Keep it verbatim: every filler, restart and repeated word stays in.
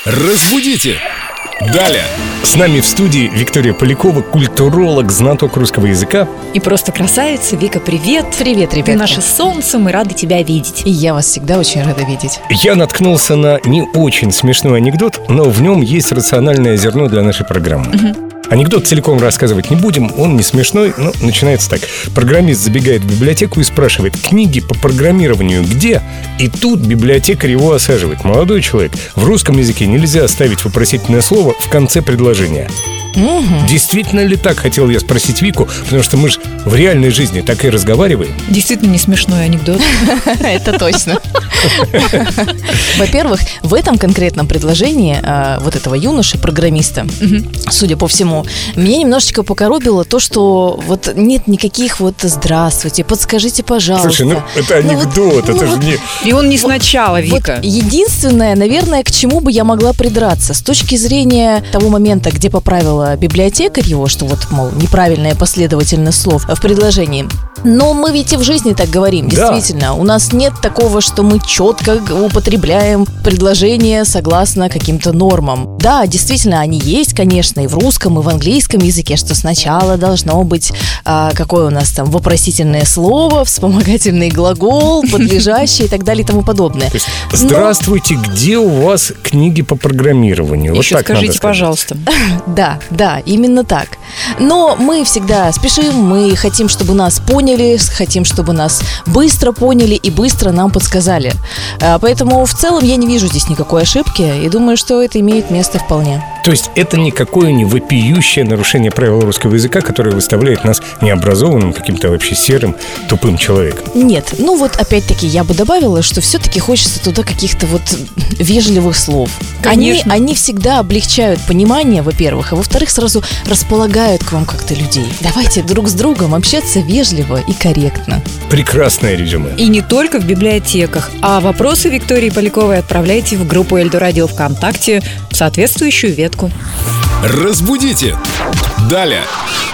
Разбудите! Далее! С нами в студии Виктория Полякова, культуролог, знаток русского языка. И просто красавица. Вика, привет! Привет, ребята! Ты наше солнце, мы рады тебя видеть. И я вас всегда очень рада видеть. Я наткнулся на не очень смешной анекдот, но в нем есть рациональное зерно для нашей программы. Угу. Анекдот целиком рассказывать не будем, он не смешной, но начинается так. Программист забегает в библиотеку и спрашивает: книги по программированию где? И тут библиотекарь его осаживает: молодой человек, в русском языке нельзя оставить вопросительное слово в конце предложения. Угу. Действительно ли так, хотел я спросить Вику, потому что мы же в реальной жизни так и разговариваем. Действительно не смешной анекдот. Это точно. Во-первых, в этом конкретном предложении вот этого юноши-программиста, судя по всему, меня немножечко покоробило то, что вот нет никаких вот «здравствуйте», «подскажите, пожалуйста». Слушай, ну это анекдот, это же не... И он не сначала, Вика. Единственное, наверное, к чему бы я могла придраться с точки зрения того момента, где поправила библиотекарь его, что вот, мол, неправильная последовательность слов в предложении. Но мы ведь и в жизни так говорим, действительно. Да. У нас нет такого, что мы четко употребляем предложения согласно каким-то нормам. Да, действительно, они есть, конечно, и в русском, и в английском языке, что сначала должно быть а, какое у нас там вопросительное слово, вспомогательный глагол, подлежащий и так далее и тому подобное. То есть, здравствуйте, Но... где у вас книги по программированию? Еще вот так скажите, пожалуйста. Да, да, именно так. Но мы всегда спешим, мы хотим, чтобы нас поняли, хотим, чтобы нас быстро поняли и быстро нам подсказали. Поэтому в целом я не вижу здесь никакой ошибки и думаю, что это имеет место вполне. То есть это никакое не вопиющее нарушение правил русского языка, которое выставляет нас необразованным, каким-то вообще серым, тупым человеком? Нет, ну вот опять-таки я бы добавила, что все-таки хочется туда каких-то вот вежливых слов. Они, они всегда облегчают понимание, во-первых, а во-вторых, сразу располагают к вам как-то людей. Давайте друг с другом общаться вежливо и корректно. Прекрасное резюме. И не только в библиотеках. А вопросы Виктории Поляковой отправляйте в группу Эльдо Радио ВКонтакте в соответствующую ветку. Разбудите! Далее!